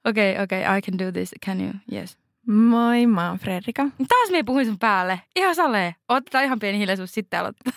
Okei, I can do this. Can you? Yes. Moi, mä oon Fredrika. Taas minä puhuin sun päälle. Ihan salee. Otetaan ihan pieni hiljaisuus, sitten aloittaa.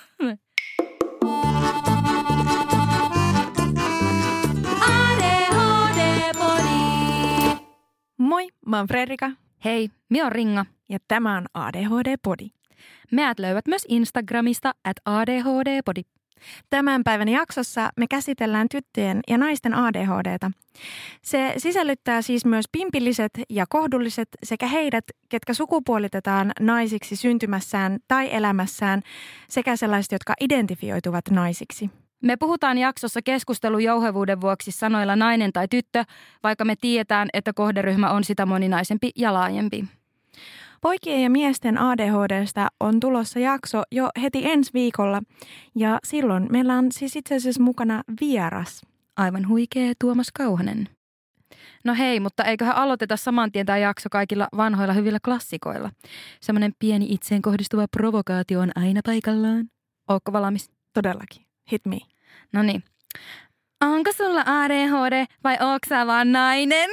Moi, mä oon Fredrika. Hei, minä oon Ringa. Ja tämä on ADHD-podi. Meidät löydät myös Instagramista @ADHD-podi. Tämän päivän jaksossa me käsitellään tyttöjen ja naisten ADHDta. Se sisällyttää siis myös pimpilliset ja kohdulliset sekä heidät, ketkä sukupuolitetaan naisiksi syntymässään tai elämässään, sekä sellaiset, jotka identifioituvat naisiksi. Me puhutaan jaksossa keskustelun jouhevuuden vuoksi sanoilla nainen tai tyttö, vaikka me tiedetään, että kohderyhmä on sitä moninaisempi ja laajempi. Poikien ja miesten ADHDsta on tulossa jakso jo heti ensi viikolla ja silloin meillä on siis itse asiassa mukana vieras. Aivan huikea Tuomas Kauhanen. No hei, mutta eiköhän aloiteta saman tien tämä jakso kaikilla vanhoilla hyvillä klassikoilla. Semmoinen pieni itseen kohdistuva provokaatio on aina paikallaan. Ootko valmis? Todellakin. Hit me. No niin. Onko sulla ADHD vai ootko sä vaan nainen?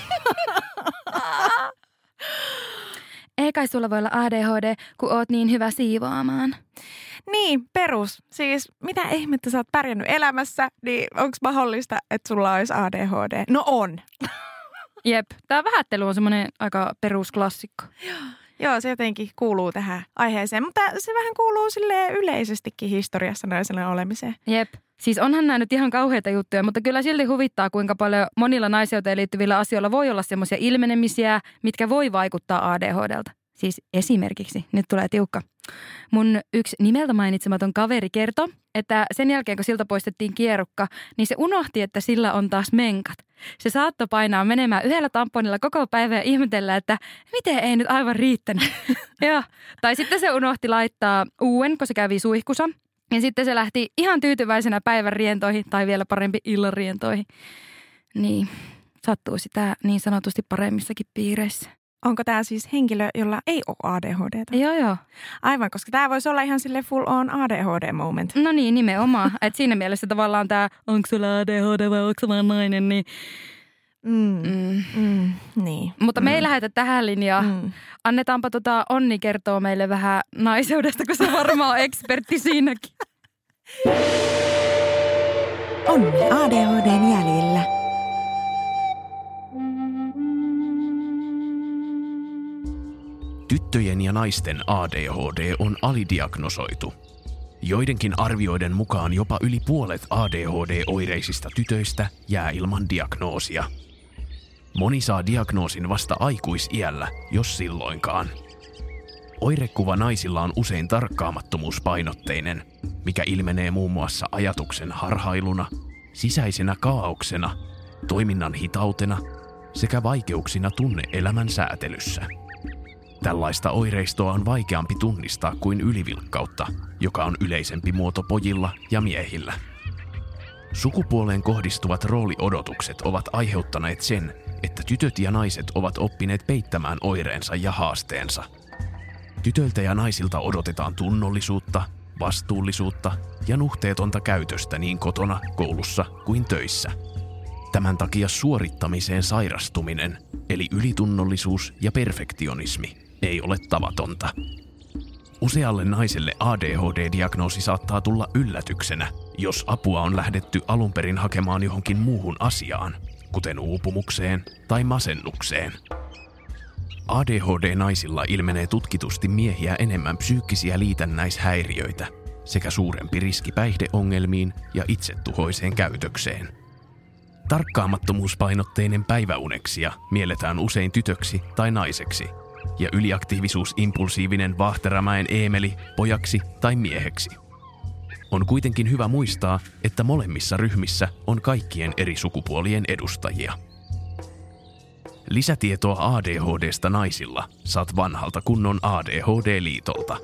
Ei kai sulla voi olla ADHD, kun oot niin hyvä siivoamaan. Niin, perus. Siis mitä ihmettä sä oot pärjännyt elämässä, niin onko mahdollista, että sulla olisi ADHD? No on. Jep, tää vähättely on semmoinen aika perusklassikko. Joo, se jotenkin kuuluu tähän aiheeseen, mutta se vähän kuuluu silleen yleisestikin historiassa naisena olemiseen. Jep. Siis onhan nämä nyt ihan kauheita juttuja, mutta kyllä silti huvittaa, kuinka paljon monilla naiseuteen liittyvillä asioilla voi olla semmoisia ilmenemisiä, mitkä voi vaikuttaa ADHDlta. Siis esimerkiksi, nyt tulee tiukka. Mun yksi nimeltä mainitsematon kaveri kertoi, että sen jälkeen kun siltä poistettiin kierukka, niin se unohti, että sillä on taas menkat. Se saattoi painaa menemään yhdellä tamponilla koko päivä ja ihmetellä, että miten ei nyt aivan riittänyt. Ja, tai sitten se unohti laittaa uuden, kun se kävi suihkussa. Ja sitten se lähti ihan tyytyväisenä päivän rientoihin tai vielä parempi illan rientoihin. Niin, sattuu sitä niin sanotusti paremmissakin piireissä. Onko tämä siis henkilö, jolla ei ole ADHDta? Joo. Aivan, koska tämä voisi olla ihan sille full on ADHD moment. No niin, nimenomaan. Että siinä mielessä tavallaan tämä, onko sulla ADHD vai onko sulla nainen, niin... Niin. Mutta me ei lähetä tähän linjaan. Annetaanpa Onni kertoo meille vähän naiseudesta, kun se varmaan on ekspertti siinäkin. Onni ADHDn jäljillä. Tyttöjen ja naisten ADHD on alidiagnosoitu. Joidenkin arvioiden mukaan jopa yli puolet ADHD-oireisista tytöistä jää ilman diagnoosia. Moni saa diagnoosin vasta aikuisiällä, jos silloinkaan. Oirekuva naisilla on usein tarkkaamattomuuspainotteinen, mikä ilmenee muun muassa ajatuksen harhailuna, sisäisenä kaaoksena, toiminnan hitautena sekä vaikeuksina tunne-elämän säätelyssä. Tällaista oireistoa on vaikeampi tunnistaa kuin ylivilkkautta, joka on yleisempi muoto pojilla ja miehillä. Sukupuoleen kohdistuvat rooliodotukset ovat aiheuttaneet sen, että tytöt ja naiset ovat oppineet peittämään oireensa ja haasteensa. Tytöiltä ja naisilta odotetaan tunnollisuutta, vastuullisuutta ja nuhteetonta käytöstä niin kotona, koulussa kuin töissä. Tämän takia suorittamiseen sairastuminen, eli ylitunnollisuus ja perfektionismi, ei ole tavatonta. Usealle naiselle ADHD-diagnoosi saattaa tulla yllätyksenä, jos apua on lähdetty alun perin hakemaan johonkin muuhun asiaan, kuten uupumukseen tai masennukseen. ADHD-naisilla ilmenee tutkitusti miehiä enemmän psyykkisiä liitännäishäiriöitä sekä suurempi riski päihdeongelmiin ja itsetuhoiseen käytökseen. Tarkkaamattomuuspainotteinen päiväuneksia mielletään usein tytöksi tai naiseksi ja yliaktiivisuusimpulsiivinen Vaahteramäen Eemeli pojaksi tai mieheksi. On kuitenkin hyvä muistaa, että molemmissa ryhmissä on kaikkien eri sukupuolien edustajia. Lisätietoa ADHDsta naisilla saat vanhalta kunnon ADHD-liitolta.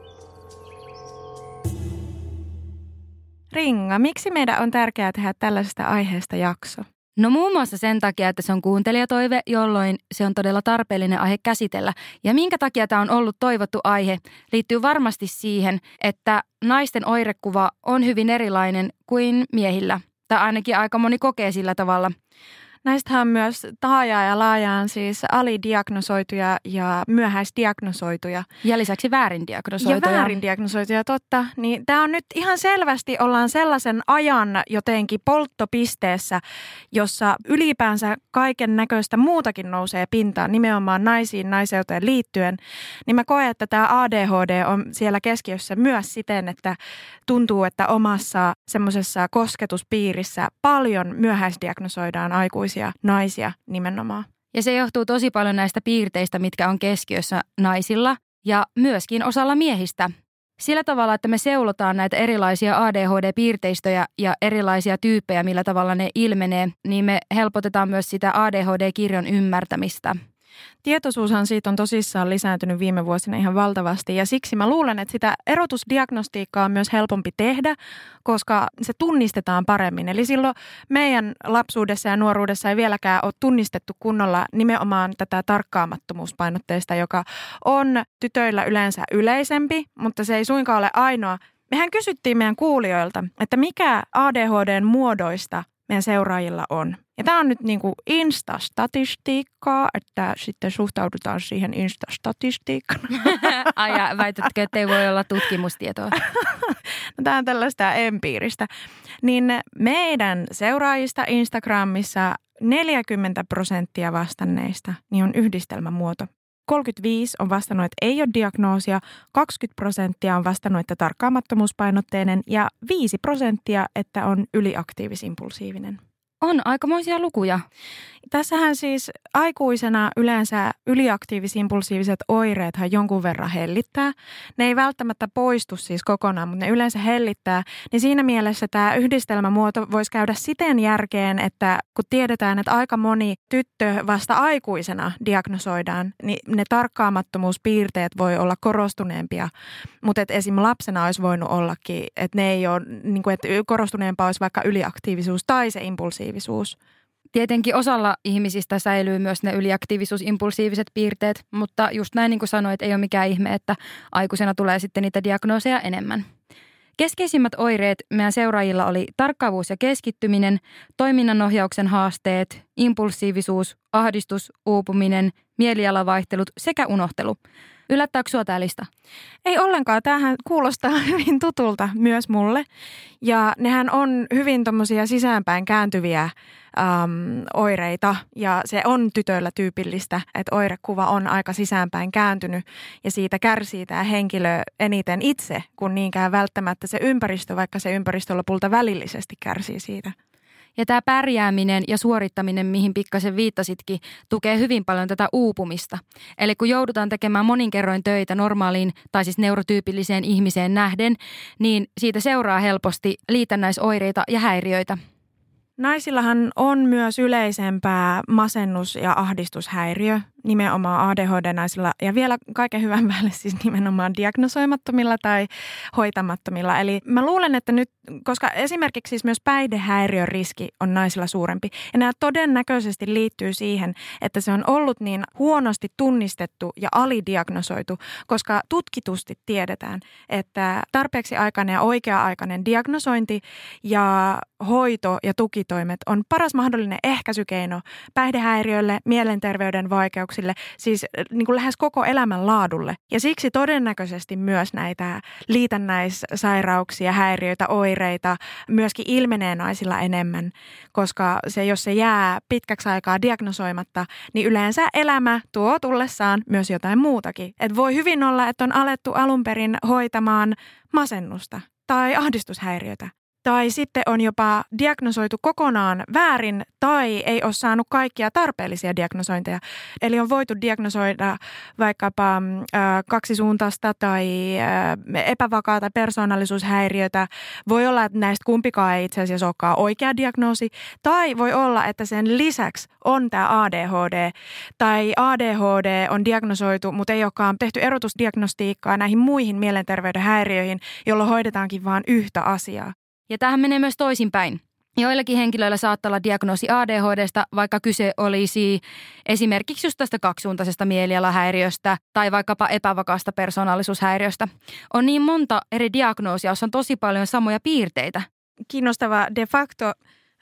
Ringa, miksi meidän on tärkeää tehdä tällaisesta aiheesta jakso? No muun muassa sen takia, että se on kuuntelijatoive, jolloin se on todella tarpeellinen aihe käsitellä. Ja minkä takia tämä on ollut toivottu aihe, liittyy varmasti siihen, että naisten oirekuva on hyvin erilainen kuin miehillä. Tai ainakin aika moni kokee sillä tavalla. Näistähän on myös taajaa ja laajaan siis alidiagnosoituja ja myöhäisdiagnosoituja. Ja lisäksi väärindiagnosoituja. Ja väärindiagnosoituja, totta. Niin tämä on nyt ihan selvästi ollaan sellaisen ajan jotenkin polttopisteessä, jossa ylipäänsä kaiken näköistä muutakin nousee pintaan, nimenomaan naisiin, naiseuteen liittyen. Niin mä koen, että tämä ADHD on siellä keskiössä myös siten, että tuntuu, että omassa semmoisessa kosketuspiirissä paljon myöhäisdiagnosoidaan aikuisia naisia nimenomaan. Ja se johtuu tosi paljon näistä piirteistä, mitkä on keskiössä naisilla ja myöskin osalla miehistä. Sillä tavalla, että me seulotaan näitä erilaisia ADHD-piirteistöjä ja erilaisia tyyppejä, millä tavalla ne ilmenee, niin me helpotetaan myös sitä ADHD-kirjon ymmärtämistä. Tietoisuushan siitä on tosissaan lisääntynyt viime vuosina ihan valtavasti ja siksi mä luulen, että sitä erotusdiagnostiikkaa on myös helpompi tehdä, koska se tunnistetaan paremmin. Eli silloin meidän lapsuudessa ja nuoruudessa ei vieläkään ole tunnistettu kunnolla nimenomaan tätä tarkkaamattomuuspainotteista, joka on tytöillä yleensä yleisempi, mutta se ei suinkaan ole ainoa. Mehän kysyttiin meidän kuulijoilta, että mikä ADHDn muodoista meidän seuraajilla on. Ja tämä on nyt niin kuin Insta-statistiikkaa, että sitten suhtaudutaan siihen Insta-statistiikkana. Ai ja väitätkö, että ei voi olla tutkimustietoa? No, tämä on tällaista empiiristä. Niin meidän seuraajista Instagramissa 40% vastanneista niin on yhdistelmämuoto. 35 on vastannut, että ei ole diagnoosia, 20% on vastannut, että tarkkaamattomuuspainotteinen ja 5%, että on yliaktiivis-impulsiivinen. On aikamoisia lukuja. Tässähän siis aikuisena yleensä yliaktiivis-impulsiiviset oireethan jonkun verran hellittää. Ne ei välttämättä poistu siis kokonaan, mutta ne yleensä hellittää. Niin siinä mielessä tämä yhdistelmämuoto voisi käydä siten järkeen, että kun tiedetään, että aika moni tyttö vasta aikuisena diagnosoidaan, niin ne tarkkaamattomuuspiirteet voi olla korostuneempia. Mutta esim. Lapsena olisi voinut ollakin, että ne ei ole, niin kuin, että korostuneempaa olisi vaikka yliaktiivisuus tai se impulsiivisuus. Tietenkin osalla ihmisistä säilyy myös ne yliaktiivisuus-impulsiiviset piirteet, mutta just näin niin kuin sanoit, ei ole mikään ihme, että aikuisena tulee sitten niitä diagnooseja enemmän. Keskeisimmät oireet meidän seuraajilla oli tarkkaavuus ja keskittyminen, toiminnanohjauksen haasteet, impulsiivisuus, ahdistus, uupuminen, mielialavaihtelut sekä unohtelu. Yllättääkö sinua tämä lista? Ei ollenkaan. Tämähän kuulostaa hyvin tutulta myös mulle. Ja nehän on hyvin tommosia sisäänpäin kääntyviä oireita. Ja se on tytöillä tyypillistä, että oirekuva on aika sisäänpäin kääntynyt. Ja siitä kärsii tämä henkilö eniten itse, kun niinkään välttämättä se ympäristö, vaikka se ympäristö lopulta välillisesti kärsii siitä. Ja tämä pärjääminen ja suorittaminen, mihin pikkasen viittasitkin, tukee hyvin paljon tätä uupumista. Eli kun joudutaan tekemään monin kerroin töitä normaaliin tai siis neurotyypilliseen ihmiseen nähden, niin siitä seuraa helposti liitännäisoireita ja häiriöitä. Naisillahan on myös yleisempää masennus- ja ahdistushäiriö, nimenomaan ADHD-naisilla ja vielä kaiken hyvän päälle siis nimenomaan diagnosoimattomilla tai hoitamattomilla. Eli mä luulen, että nyt, koska esimerkiksi siis myös päihdehäiriön riski on naisilla suurempi ja nämä todennäköisesti liittyy siihen, että se on ollut niin huonosti tunnistettu ja alidiagnosoitu, koska tutkitusti tiedetään, että tarpeeksi aikainen ja oikea-aikainen diagnosointi ja hoito ja tukitoimet on paras mahdollinen ehkäisykeino päihdehäiriöille, mielenterveyden vaikeuksille, siis niin kuin lähes koko elämän laadulle. Ja siksi todennäköisesti myös näitä liitännäissairauksia, häiriöitä, oireita myöskin ilmenee naisilla enemmän, koska jos se jää pitkäksi aikaa diagnosoimatta, niin yleensä elämä tuo tullessaan myös jotain muutakin. Et voi hyvin olla, että on alettu alun perin hoitamaan masennusta tai ahdistushäiriötä. Tai sitten on jopa diagnosoitu kokonaan väärin tai ei ole saanut kaikkia tarpeellisia diagnosointeja. Eli on voitu diagnosoida vaikkapa kaksisuuntaista tai epävakaata persoonallisuushäiriötä. Voi olla, että näistä kumpikaan ei itse asiassa olekaan oikea diagnoosi. Tai voi olla, että sen lisäksi on tämä ADHD. Tai ADHD on diagnosoitu, mutta ei olekaan tehty erotusdiagnostiikkaa näihin muihin mielenterveyden häiriöihin, jolloin hoidetaankin vain yhtä asiaa. Ja tämähän menee myös toisinpäin. Joillakin henkilöillä saattaa olla diagnoosi ADHDsta, vaikka kyse olisi esimerkiksi just tästä kaksisuuntaisesta mielialahäiriöstä tai vaikkapa epävakaasta persoonallisuushäiriöstä. On niin monta eri diagnoosia, jossa on tosi paljon samoja piirteitä. Kiinnostava de facto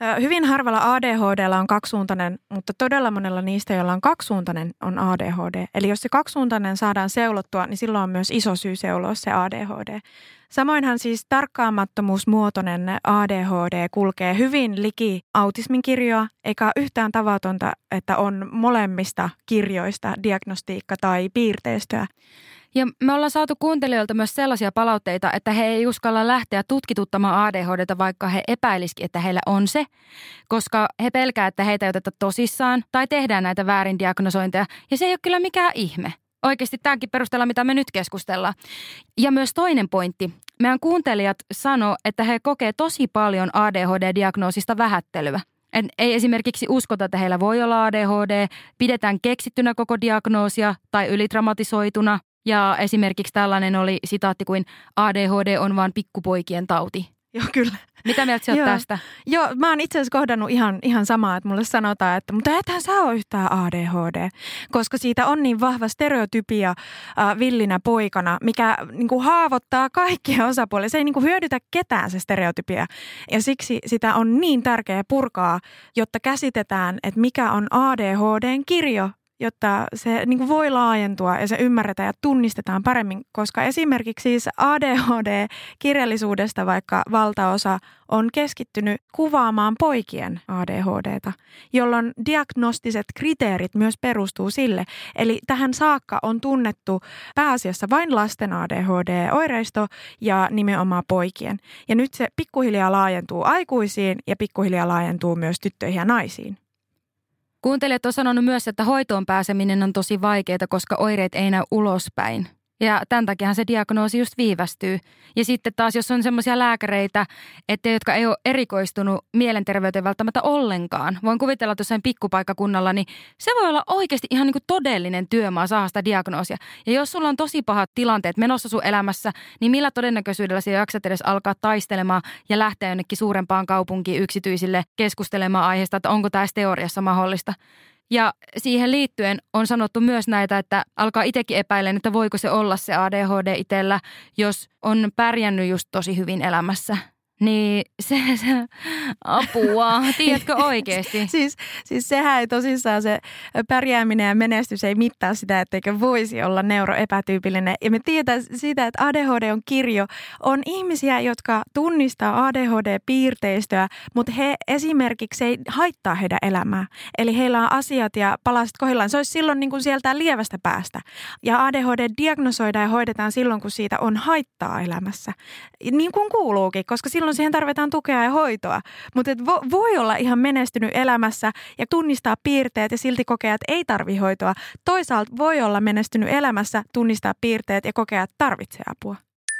Hyvin harvalla ADHDlla on kaksisuuntainen, mutta todella monella niistä, joilla on kaksisuuntainen, on ADHD. Eli jos se kaksisuuntainen saadaan seulottua, niin silloin on myös iso syy seuloa se ADHD. Samoinhan siis tarkkaamattomuusmuotoinen ADHD kulkee hyvin liki autismin kirjoa, eikä ole yhtään tavatonta, että on molemmista kirjoista diagnostiikka tai piirteistöä. Ja me ollaan saatu kuuntelijoilta myös sellaisia palautteita, että he ei uskalla lähteä tutkituttamaan ADHDta, vaikka he epäilisikin, että heillä on se, koska he pelkää, että heitä ei oteta tosissaan tai tehdään näitä väärin diagnosointeja. Ja se ei ole kyllä mikään ihme. Oikeasti tämänkin perusteella, mitä me nyt keskustellaan. Ja myös toinen pointti. Meidän kuuntelijat sanoo, että he kokee tosi paljon ADHD-diagnoosista vähättelyä. Ei esimerkiksi uskota, että heillä voi olla ADHD, pidetään keksittynä koko diagnoosia tai ylidramatisoituna. Ja esimerkiksi tällainen oli sitaatti kuin ADHD on vaan pikkupoikien tauti. Joo, kyllä. Mitä mieltä sä oot tästä? Joo, mä oon itse asiassa kohdannut ihan samaa, että mulle sanotaan, että mutta ethän sä ole yhtään ADHD, koska siitä on niin vahva stereotypia villinä poikana, mikä niinku haavoittaa kaikkia osapuolia. Se ei niinku hyödytä ketään se stereotypia ja siksi sitä on niin tärkeää purkaa, jotta käsitetään, että mikä on ADHDn kirjo, jotta se niin kuin voi laajentua ja se ymmärretään ja tunnistetaan paremmin, koska esimerkiksi siis ADHD-kirjallisuudesta vaikka valtaosa on keskittynyt kuvaamaan poikien ADHDta, jolloin diagnostiset kriteerit myös perustuu sille. Eli tähän saakka on tunnettu pääasiassa vain lasten ADHD-oireisto ja nimenomaan poikien. Ja nyt se pikkuhiljaa laajentuu aikuisiin ja pikkuhiljaa laajentuu myös tyttöihin ja naisiin. Kuuntelijat on sanonut myös, että hoitoon pääseminen on tosi vaikeaa, koska oireet ei näy ulospäin. Ja tämän takiahan se diagnoosi just viivästyy. Ja sitten taas, jos on semmoisia lääkäreitä, jotka ei ole erikoistunut mielenterveyteen välttämättä ollenkaan. Voin kuvitella, että jossain pikkupaikkakunnalla, niin se voi olla oikeasti ihan niin kuin todellinen työmaa saada sitä diagnoosia. Ja jos sulla on tosi pahat tilanteet menossa sun elämässä, niin millä todennäköisyydellä sä jaksat edes alkaa taistelemaan ja lähteä jonnekin suurempaan kaupunkiin yksityisille keskustelemaan aiheesta, että onko tämä teoriassa mahdollista. Ja siihen liittyen on sanottu myös näitä, että alkaa itsekin epäilemään, että voiko se olla se ADHD itsellä, jos on pärjännyt just tosi hyvin elämässä. Niin se apua, tiedätkö oikeasti? Siis sehän ei tosissaan se pärjääminen ja menestys ei mittaa sitä, etteikö voisi olla neuroepätyypillinen. Ja me tiedetään sitä, että ADHD on kirjo. On ihmisiä, jotka tunnistaa ADHD-piirteistöä, mutta he esimerkiksi ei haittaa heidän elämää. Eli heillä on asiat ja palaset kohdillaan. Se olisi silloin niin kuin sieltä lievästä päästä. Ja ADHD diagnosoidaan ja hoidetaan silloin, kun siitä on haittaa elämässä. Niin kuin kuuluukin, koska silloin siihen tarvitaan tukea ja hoitoa, mutta voi olla ihan menestynyt elämässä ja tunnistaa piirteet ja silti kokea, että ei tarvitse hoitoa. Toisaalta voi olla menestynyt elämässä, tunnistaa piirteet ja kokea, että tarvitsee apua.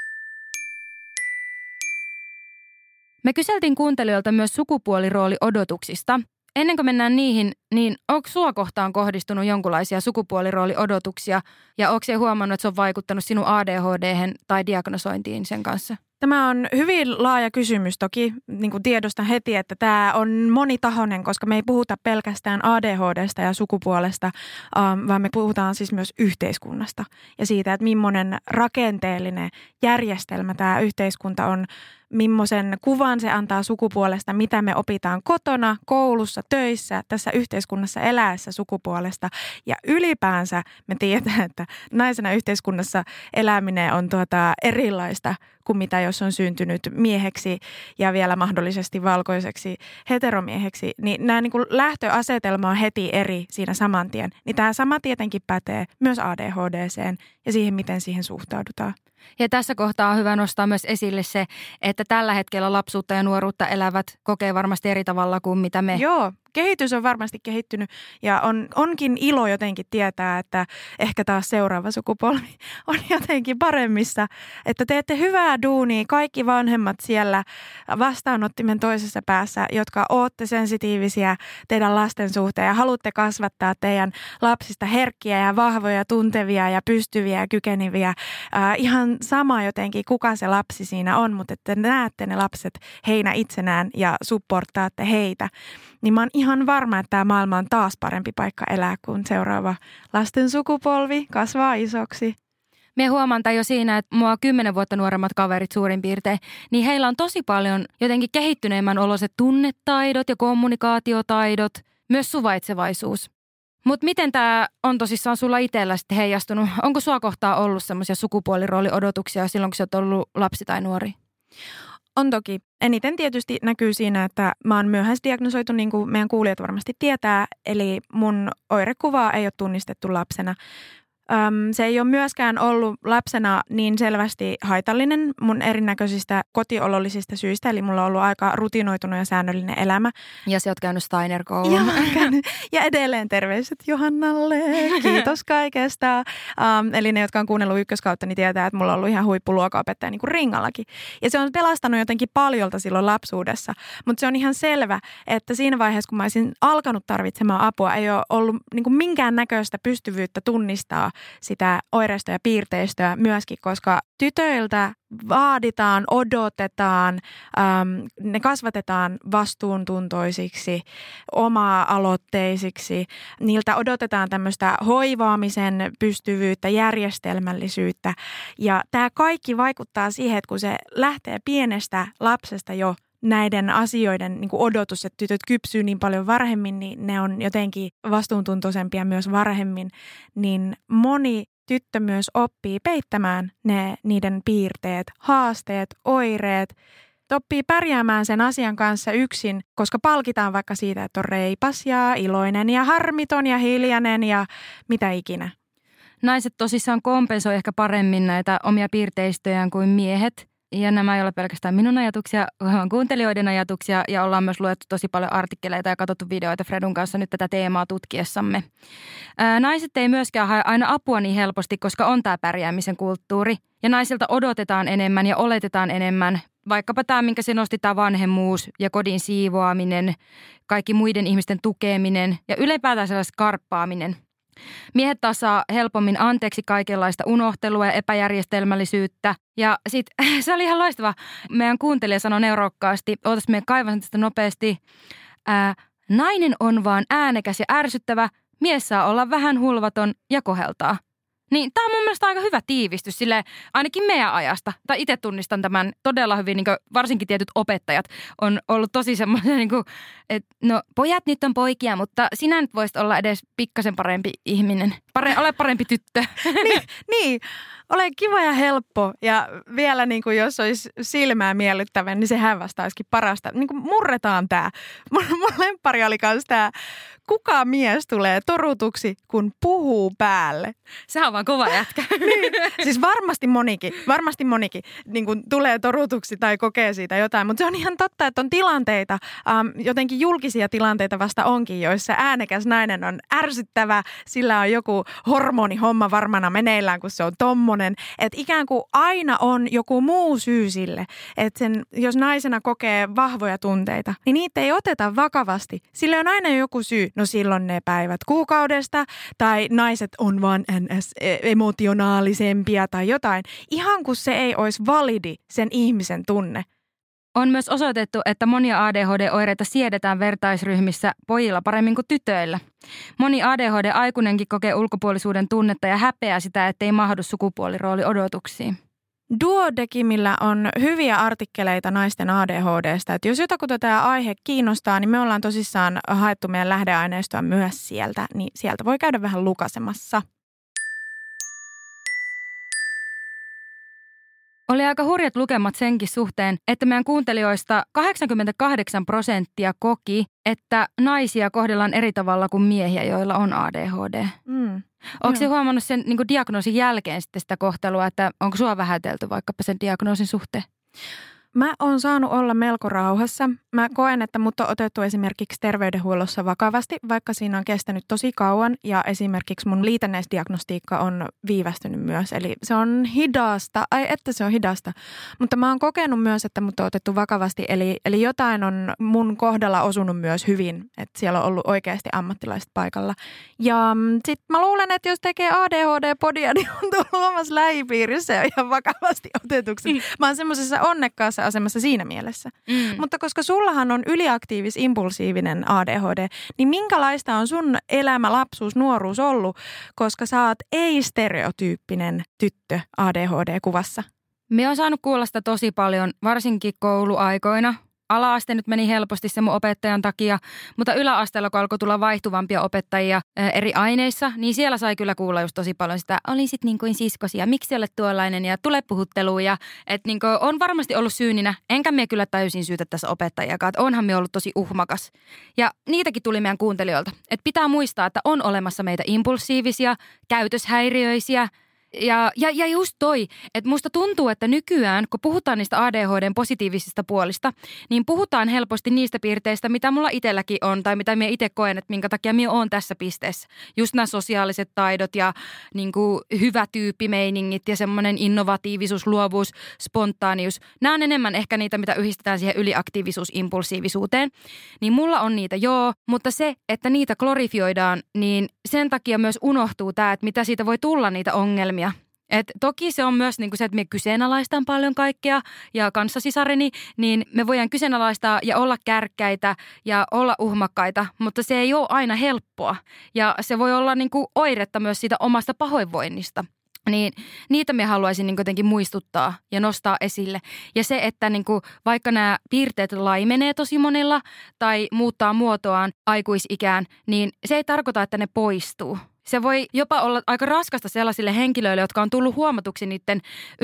Me kyseltiin kuuntelijoilta myös sukupuolirooliodotuksista. Ennen kuin mennään niihin, niin onko sua kohtaan kohdistunut jonkinlaisia sukupuolirooliodotuksia ja onko se huomannut, että se on vaikuttanut sinun ADHD:hen tai diagnosointiin sen kanssa? Tämä on hyvin laaja kysymys toki, niin kuin tiedostan heti, että tämä on monitahoinen, koska me ei puhuta pelkästään ADHDsta ja sukupuolesta, vaan me puhutaan siis myös yhteiskunnasta ja siitä, että millainen rakenteellinen järjestelmä tämä yhteiskunta on, millaisen kuvan se antaa sukupuolesta, mitä me opitaan kotona, koulussa, töissä, tässä yhteiskunnassa eläessä sukupuolesta. Ja ylipäänsä me tiedetään, että naisena yhteiskunnassa eläminen on erilaista kuin mitä jos on syntynyt mieheksi ja vielä mahdollisesti valkoiseksi heteromieheksi. Niin nämä niin kuin lähtöasetelma on heti eri siinä saman tien. Niin tämä sama tietenkin pätee myös ADHD:seen ja siihen, miten siihen suhtaudutaan. Ja tässä kohtaa on hyvä nostaa myös esille se, että tällä hetkellä lapsuutta ja nuoruutta elävät kokee varmasti eri tavalla kuin mitä me. Joo, kehitys on varmasti kehittynyt ja onkin ilo jotenkin tietää, että ehkä taas seuraava sukupolvi on jotenkin paremmissa. Että teette hyvää duunia, kaikki vanhemmat siellä vastaanottimen toisessa päässä, jotka ootte sensitiivisiä teidän lasten suhteen ja haluatte kasvattaa teidän lapsista herkkiä ja vahvoja, tuntevia ja pystyviä ja kykeneviä. Ihan sama jotenkin, kuka se lapsi siinä on, mutta että näette ne lapset heinä itsenään ja supportaatte heitä. Niin mä oon ihan varma, että tämä maailma on taas parempi paikka elää, kun seuraava lasten sukupolvi kasvaa isoksi. Me huomaan tämän jo siinä, että mua 10 vuotta nuoremmat kaverit suurin piirtein, niin heillä on tosi paljon jotenkin kehittyneemmän oloiset tunnetaidot ja kommunikaatiotaidot, myös suvaitsevaisuus. Mutta miten tämä on tosissaan sulla itsellä sitten heijastunut? Onko sua kohtaa ollut semmoisia sukupuolirooliodotuksia silloin, kun sä oot ollut lapsi tai nuori? On toki. Eniten tietysti näkyy siinä, että mä oon myöhäisdiagnosoitu, niin kuin meidän kuulijat varmasti tietää. Eli mun oirekuvaa ei ole tunnistettu lapsena. Se ei ole myöskään ollut lapsena niin selvästi haitallinen mun erinäköisistä kotiolollisista syistä. Eli mulla on ollut aika rutinoitunut ja säännöllinen elämä. Ja sä oot käynyt Steiner-koulun. Ja edelleen terveiset Johannalle. Kiitos kaikesta. Eli ne, jotka on kuunnellut ykköskautta, niin tietää, että mulla on ollut ihan huippuluokaopettaja niin kuin ringallakin. Ja se on pelastanut jotenkin paljolta silloin lapsuudessa. Mutta se on ihan selvä, että siinä vaiheessa, kun mä olisin alkanut tarvitsemaan apua, ei ole ollut niin kuin minkään näköistä pystyvyyttä tunnistaa sitä oireistoa ja piirteistöä myöskin, koska tytöiltä vaaditaan, odotetaan, ne kasvatetaan vastuuntuntoisiksi, oma-aloitteisiksi. Niiltä odotetaan tämmöistä hoivaamisen pystyvyyttä, järjestelmällisyyttä. Ja tämä kaikki vaikuttaa siihen, että kun se lähtee pienestä lapsesta jo näiden asioiden niin kuin odotus, että tytöt kypsyy niin paljon varhemmin, niin ne on jotenkin vastuuntuntoisempia myös varhemmin, niin moni tyttö myös oppii peittämään niiden piirteet, haasteet, oireet, oppii pärjäämään sen asian kanssa yksin, koska palkitaan vaikka siitä, että on reipas ja iloinen ja harmiton ja hiljainen ja mitä ikinä. Naiset tosissaan kompensoi ehkä paremmin näitä omia piirteistöjään kuin miehet. Ja nämä ei ole pelkästään minun ajatuksia, vaan kuuntelijoiden ajatuksia ja ollaan myös luettu tosi paljon artikkeleita ja katsottu videoita Fredun kanssa nyt tätä teemaa tutkiessamme. Naiset ei myöskään hae aina apua niin helposti, koska on tämä pärjäämisen kulttuuri. Ja naisilta odotetaan enemmän ja oletetaan enemmän. Vaikkapa tämä, minkä se nosti, tämä vanhemmuus ja kodin siivoaminen, kaikki muiden ihmisten tukeminen ja ylipäätään sellainen skarppaaminen. Miehet taas saa helpommin anteeksi kaikenlaista unohtelua ja epäjärjestelmällisyyttä. Ja sitten se oli ihan loistava. Meidän kuuntelija sanoi neurokkaasti, ootas meidän kaivan tästä nopeasti. Nainen on vaan äänekäs ja ärsyttävä, mies saa olla vähän hulvaton ja koheltaa. Niin tämä on mun mielestä aika hyvä tiivistys sille ainakin meidän ajasta. Tai itse tunnistan tämän todella hyvin, niin varsinkin tietyt opettajat on ollut tosi semmoinen, niin että no pojat nyt on poikia, mutta sinä nyt voisit olla edes pikkasen parempi ihminen. Ole parempi tyttö. Niin, ole kiva ja helppo ja vielä niin kuin jos olisi silmää miellyttävän, niin sehän vasta olisikin parasta. Niin kuin murretaan tämä. Mun lemppari oli myös tämä, kuka mies tulee torutuksi, kun puhuu päälle. Sehän on vaan kova jätkä. Niin, siis varmasti monikin niin kuin tulee torutuksi tai kokee siitä jotain, mutta se on ihan totta, että on tilanteita, jotenkin julkisia tilanteita vasta onkin, joissa äänekäs nainen on ärsyttävä, sillä on joku hormonihomma varmana meneillään, kun se on tommonen, että ikään kuin aina on joku muu syy sille, että jos naisena kokee vahvoja tunteita, niin niitä ei oteta vakavasti, sillä on aina joku syy, no silloin ne päivät kuukaudesta tai naiset on vaan emotionaalisempia tai jotain, ihan kun se ei olisi validi sen ihmisen tunne. On myös osoitettu, että monia ADHD-oireita siedetään vertaisryhmissä pojilla paremmin kuin tytöillä. Moni ADHD-aikuinenkin kokee ulkopuolisuuden tunnetta ja häpeää sitä, ettei mahdu sukupuolirooliodotuksiin. Duodecimillä on hyviä artikkeleita naisten ADHD:stä. Että jos jotakuta tämä aihe kiinnostaa, niin me ollaan tosissaan haettu meidän lähdeaineistoa myös sieltä, niin sieltä voi käydä vähän lukasemassa. Oli aika hurjat lukemat senkin suhteen, että meidän kuuntelijoista 88% koki, että naisia kohdellaan eri tavalla kuin miehiä, joilla on ADHD. Onko se huomannut sen niin kuin diagnoosin jälkeen sitten sitä kohtelua, että onko sua vähätelty vaikkapa sen diagnoosin suhteen? Mä oon saanut olla melko rauhassa. Mä koen, että mut on otettu esimerkiksi terveydenhuollossa vakavasti, vaikka siinä on kestänyt tosi kauan ja esimerkiksi mun liitännäisdiagnostiikka on viivästynyt myös. Eli se on hidasta, se on hidasta. Mutta mä oon kokenut myös, että mut on otettu vakavasti, eli jotain on mun kohdalla osunut myös hyvin, että siellä on ollut oikeasti ammattilaiset paikalla. Ja sit mä luulen, että jos tekee ADHD-podia, niin on tullut omassa lähipiirissä ihan vakavasti otetuksi. Mä oon semmoisessa onnekkaassa tärkeässä asemassa siinä mielessä. Mutta koska sullahan on yliaktiivis-impulsiivinen ADHD, niin minkälaista on sun elämä, lapsuus, nuoruus ollut, koska sä oot ei-stereotyyppinen tyttö ADHD-kuvassa? Mä oon saanut kuulla sitä tosi paljon, varsinkin kouluaikoina. Ala-aste nyt meni helposti se mun opettajan takia, mutta yläasteella, kun alkoi tulla vaihtuvampia opettajia eri aineissa, niin siellä sai kyllä kuulla just tosi paljon sitä, olin sit niin kuin siskosi ja miksi olet tuollainen ja tule puhutteluun. Ja että niin kuin on varmasti ollut syyninä, enkä me kyllä täysin syytä tässä opettajakaan, että onhan me ollut tosi uhmakas. Ja niitäkin tuli meidän kuuntelijoilta, että pitää muistaa, että on olemassa meitä impulsiivisia, käytöshäiriöisiä. Ja just toi, että musta tuntuu, että nykyään, kun puhutaan niistä ADHDn positiivisista puolista, niin puhutaan helposti niistä piirteistä, mitä mulla itselläkin on tai mitä minä itse koen, että minkä takia minä oon tässä pisteessä. Just nämä sosiaaliset taidot ja niin kuin hyvä tyyppimeiningit ja semmoinen innovatiivisuus, luovuus, spontaanius. Nämä on enemmän ehkä niitä, mitä yhdistetään siihen yliaktiivisuus-impulsiivisuuteen. Niin mulla on niitä, joo, mutta se, että niitä glorifioidaan, niin sen takia myös unohtuu tämä, että mitä siitä voi tulla niitä ongelmia. Et toki se on myös niinku se, että me kyseenalaistaan paljon kaikkea ja kanssasisareni, niin me voidaan kyseenalaistaa ja olla kärkkäitä ja olla uhmakkaita, mutta se ei ole aina helppoa. Ja se voi olla niinku oiretta myös siitä omasta pahoinvoinnista. Niin niitä me haluaisin niin jotenkin muistuttaa ja nostaa esille. Ja se, että niin kuin, vaikka nämä piirteet laimenee tosi monilla tai muuttaa muotoaan aikuisikään, niin se ei tarkoita, että ne poistuu. Se voi jopa olla aika raskasta sellaisille henkilöille, jotka on tullut huomatuksi niiden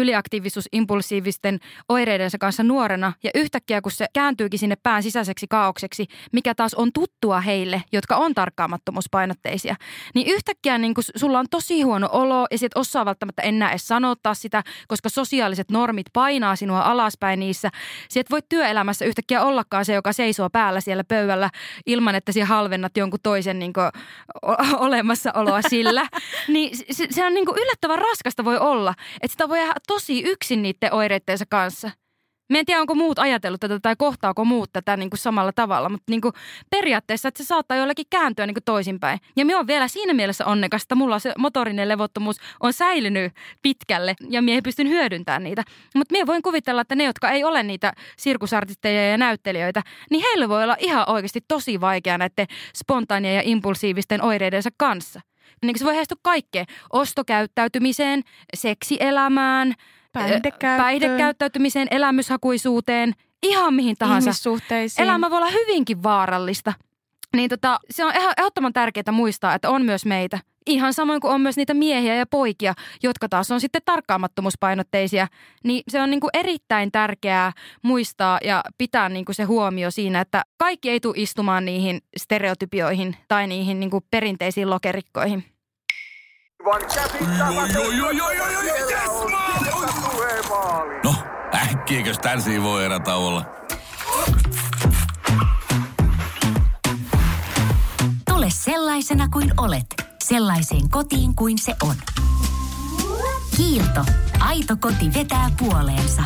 yliaktiivisuus-impulsiivisten oireidensa kanssa nuorena. Ja yhtäkkiä, kun se kääntyykin sinne pään sisäiseksi kaaokseksi, mikä taas on tuttua heille, jotka on tarkkaamattomuuspainotteisia, niin yhtäkkiä niin kun sulla on tosi huono olo ja sit osaa välttämättä enää edes sanottaa sitä, koska sosiaaliset normit painaa sinua alaspäin niissä. Sä et voi työelämässä yhtäkkiä ollakaan se, joka seisoo päällä siellä pöydällä ilman, että sä halvennat jonkun toisen niin kun olemassaoloa sillä, niin se on niin kuin yllättävän raskasta voi olla, että sitä voi jäädä tosi yksin niiden oireitteensa kanssa. Mä en tiedä, onko muut ajatellut tätä tai kohtaako muut tätä niin kuin samalla tavalla, mutta niin kuin periaatteessa, että se saattaa jollakin kääntyä niin kuin toisinpäin. Ja minä olen vielä siinä mielessä onnekas, että mulla se motorinen levottomuus on säilynyt pitkälle ja minä pystyn hyödyntämään niitä. Mutta minä voin kuvitella, että ne, jotka ei ole niitä sirkusartisteja ja näyttelijöitä, niin heillä voi olla ihan oikeasti tosi vaikea näiden spontaanien ja impulsiivisten oireidensa kanssa. Niin se voi heijastua kaikkeen. Ostokäyttäytymiseen, seksielämään, päihdekäyttäytymiseen, elämyshakuisuuteen, ihan mihin tahansa. Ihmissuhteisiin. Elämä voi olla hyvinkin vaarallista. Niin se on ehdottoman tärkeää muistaa, että on myös meitä. Ihan samoin kuin on myös niitä miehiä ja poikia, jotka taas on sitten tarkkaamattomuuspainotteisia. Niin se on niin kuin erittäin tärkeää muistaa ja pitää niin kuin se huomio siinä, että kaikki ei tule istumaan niihin stereotypioihin tai niihin niin kuin perinteisiin lokerikkoihin. No, äkkiäkös tän voi erätä olla? Tule sellaisena kuin olet, sellaiseen kotiin kuin se on. Kiilto. Aito koti vetää puoleensa.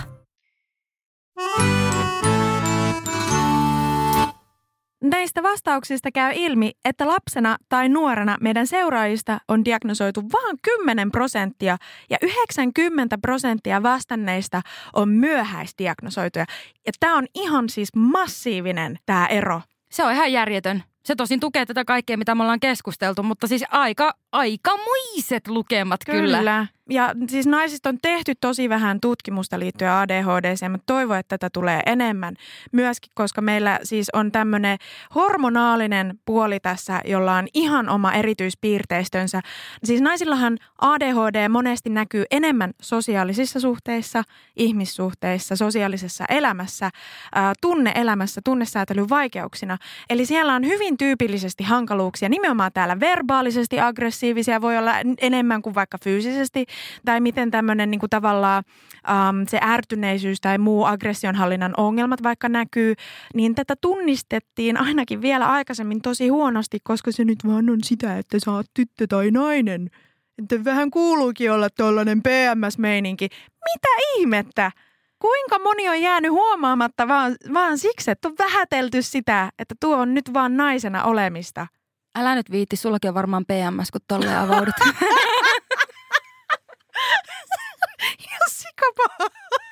Näistä vastauksista käy ilmi, että lapsena tai nuorena meidän seuraajista on diagnosoitu vain 10% ja 90% vastanneista on myöhäisdiagnosoituja. Ja tämä on ihan siis massiivinen tämä ero. Se on ihan järjetön. Se tosin tukee tätä kaikkea, mitä me ollaan keskusteltu, mutta siis aikamoiset lukemat kyllä. Kyllä. Ja siis naisista on tehty tosi vähän tutkimusta liittyen ADHD:seen, mutta toivon, että tätä tulee enemmän myöskin, koska meillä siis on tämmöinen hormonaalinen puoli tässä, jolla on ihan oma erityispiirteistönsä. Siis naisillahan ADHD monesti näkyy enemmän sosiaalisissa suhteissa, ihmissuhteissa, sosiaalisessa elämässä, tunne-elämässä, tunnesäätelyn vaikeuksina. Eli siellä on hyvin tyypillisesti hankaluuksia, nimenomaan täällä verbaalisesti aggressiivisia voi olla enemmän kuin vaikka fyysisesti, tai miten tämmöinen niin kuin tavallaan se ärtyneisyys tai muu aggressionhallinnan ongelmat vaikka näkyy, niin tätä tunnistettiin ainakin vielä aikaisemmin tosi huonosti, koska se nyt vaan on sitä, että sä oot tyttö tai nainen. Että vähän kuuluukin olla tollainen PMS-meininki. Mitä ihmettä? Kuinka moni on jäänyt huomaamatta vaan siksi, että on vähätelty sitä, että tuo on nyt vaan naisena olemista? Älä nyt viitti, sullakin on varmaan PMS, kun tolleen avaudut. Ihan sikapaha.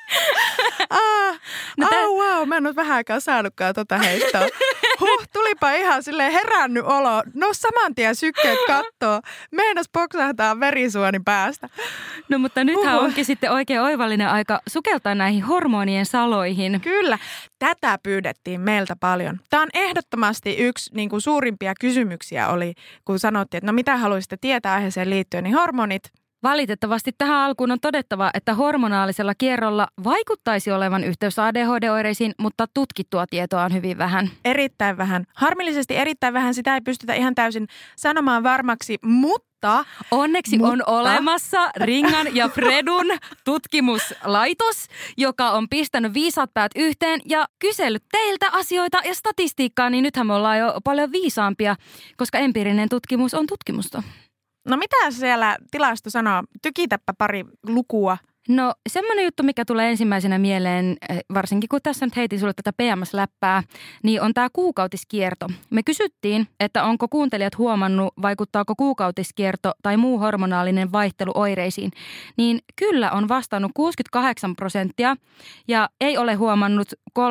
Wow, mä en ole vähän aikaa saanutkaan tota heittoa. Tulipa ihan silleen herännyt olo. No saman tien sykkeet kattoo. Meinas poksahtaa verisuoni päästä. No mutta nythän onkin sitten oikein oivallinen aika sukeltaa näihin hormonien saloihin. Kyllä, tätä pyydettiin meiltä paljon. Tämä on ehdottomasti yksi niin kuin suurimpia kysymyksiä oli, kun sanottiin, että no mitä haluaisitte tietää aiheeseen liittyen, niin hormonit. Valitettavasti tähän alkuun on todettava, että hormonaalisella kierrolla vaikuttaisi olevan yhteys ADHD-oireisiin, mutta tutkittua tietoa on hyvin vähän. Erittäin vähän. Harmillisesti erittäin vähän. Sitä ei pystytä ihan täysin sanomaan varmaksi, mutta on olemassa Ringan ja Fredun tutkimuslaitos, joka on pistänyt viisaat päät yhteen ja kysellyt teiltä asioita ja statistiikkaa, niin nythän me ollaan jo paljon viisaampia, koska empiirinen tutkimus on tutkimusta. No mitä siellä tilasto sanoo? Tykitäpä pari lukua. No semmoinen juttu, mikä tulee ensimmäisenä mieleen, varsinkin kun tässä nyt heitin sulle tätä PMS-läppää, niin on tämä kuukautiskierto. Me kysyttiin, että onko kuuntelijat huomannut, vaikuttaako kuukautiskierto tai muu hormonaalinen vaihtelu oireisiin. Niin kyllä on vastannut 68% ja ei ole huomannut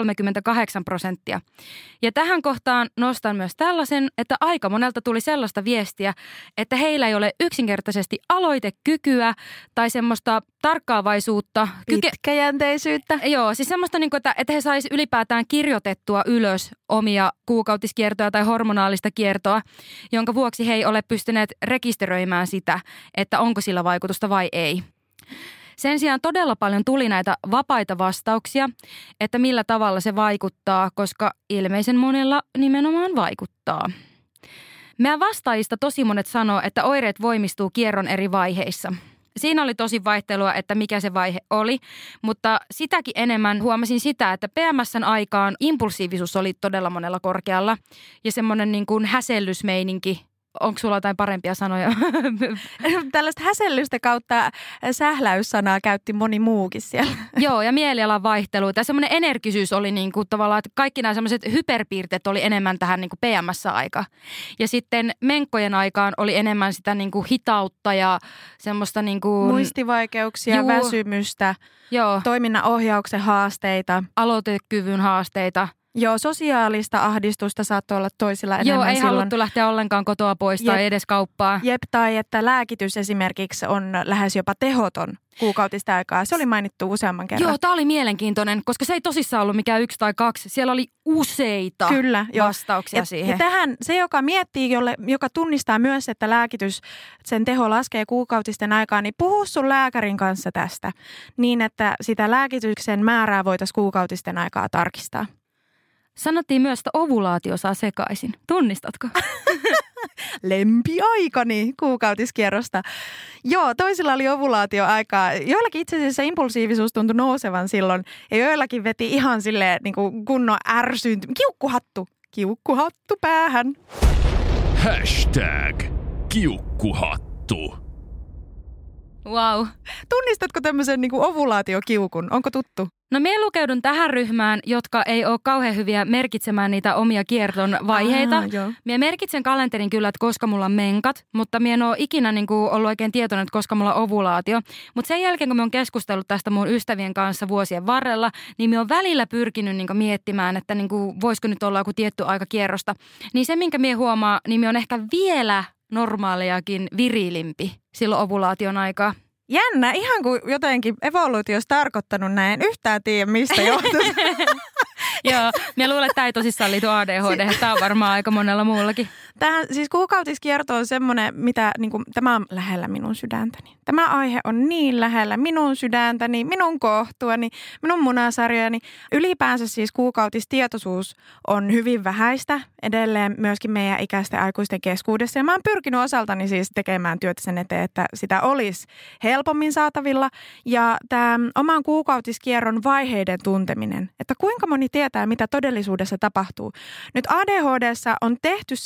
38%. Ja tähän kohtaan nostan myös tällaisen, että aika monelta tuli sellaista viestiä, että heillä ei ole yksinkertaisesti aloitekykyä tai semmoista tarkkaavaisuutta. Pitkäjänteisyyttä. Joo, siis semmoista, että he saisi ylipäätään kirjoitettua ylös omia kuukautiskiertoja tai hormonaalista kiertoa, jonka vuoksi he ei ole pystyneet rekisteröimään sitä, että onko sillä vaikutusta vai ei. Sen sijaan todella paljon tuli näitä vapaita vastauksia, että millä tavalla se vaikuttaa, koska ilmeisen monella nimenomaan vaikuttaa. Meidän vastaajista tosi monet sanoo, että oireet voimistuu kierron eri vaiheissa. Siinä oli tosi vaihtelua, että mikä se vaihe oli, mutta sitäkin enemmän huomasin sitä, että PMS:n aikaan impulsiivisuus oli todella monella korkealla ja semmoinen niin kuin häsellysmeininki. Onko sulla jotain parempia sanoja? Tällaista häsellystä kautta sähläyssanaa käytti moni muukin siellä. Joo, ja mielialan vaihtelu. Tai semmoinen energisyys oli niin kuin tavallaan, että kaikki nämä semmoiset hyperpiirteet oli enemmän tähän niin kuin PMS-aika. Ja sitten menkkojen aikaan oli enemmän sitä niin kuin hitautta ja semmoista niin kuin muistivaikeuksia, väsymystä, toiminnan ohjauksen haasteita. Aloitekyvyn haasteita. Joo, sosiaalista ahdistusta saattoi olla toisilla enemmän silloin. Joo, ei haluttu lähteä ollenkaan kotoa pois tai edes kauppaan. Jep, tai että lääkitys esimerkiksi on lähes jopa tehoton kuukautista aikaa. Se oli mainittu useamman kerran. Joo, tämä oli mielenkiintoinen, koska se ei tosissaan ollut mikään 1 tai 2. Siellä oli useita vastauksia siihen. Ja tähän se, joka miettii, joka tunnistaa myös, että lääkitys, sen teho laskee kuukautisten aikaa, niin puhu sun lääkärin kanssa tästä niin, että sitä lääkityksen määrää voitaisiin kuukautisten aikaa tarkistaa. Sanottiin myös, että ovulaatio saa sekaisin. Tunnistatko? Lempiaikani kuukautiskierrosta. Joo, toisilla oli ovulaatioaikaa. Joillakin itse asiassa impulsiivisuus tuntui nousevan silloin. Ja joillakin veti ihan silleen niin kuin kunnon ärsyyntymä. Kiukkuhattu päähän. #kiukkuhattu. Wow. Tunnistatko tämmöisen niin kuin ovulaatiokiukun? Onko tuttu? No minä lukeudun tähän ryhmään, jotka ei ole kauhean hyviä merkitsemään niitä omia kierton vaiheita. Minä merkitsen kalenterin kyllä, että koska mulla on menkat, mutta minä en ole ikinä niin kuin ollut oikein tietoinen, että koska mulla on ovulaatio. Mutta sen jälkeen, kun minä olen keskustellut tästä mun ystävien kanssa vuosien varrella, niin minä olen välillä pyrkinyt niin kuin miettimään, että niin kuin, voisiko nyt olla joku tietty aika kierrosta. Niin se, minkä minä huomaa, niin minä on ehkä vielä normaaliakin virilimpi silloin ovulaation aikaa. Jännä, ihan kuin jotenkin evoluutio olisi tarkoittanut näin. Yhtään tiedä, mistä johtuu. Joo, minä luulen, että tämä ei tosissaan liity ADHD. Tämä on varmaan aika monella muullakin. Tähän, siis kuukautiskierto on semmoinen, mitä niin kuin, tämä on lähellä minun sydäntäni. Tämä aihe on niin lähellä minun sydäntäni, minun kohtuani, minun munasarjani. Ylipäänsä siis kuukautistietoisuus on hyvin vähäistä edelleen myöskin meidän ikäisten aikuisten keskuudessa. Ja mä oon pyrkinyt osaltani siis tekemään työtä sen eteen, että sitä olisi helpommin saatavilla. Ja tämä oman kuukautiskierron vaiheiden tunteminen, että kuinka moni tietää, mitä todellisuudessa tapahtuu. Nyt ADHD:ssa on tehty sen verran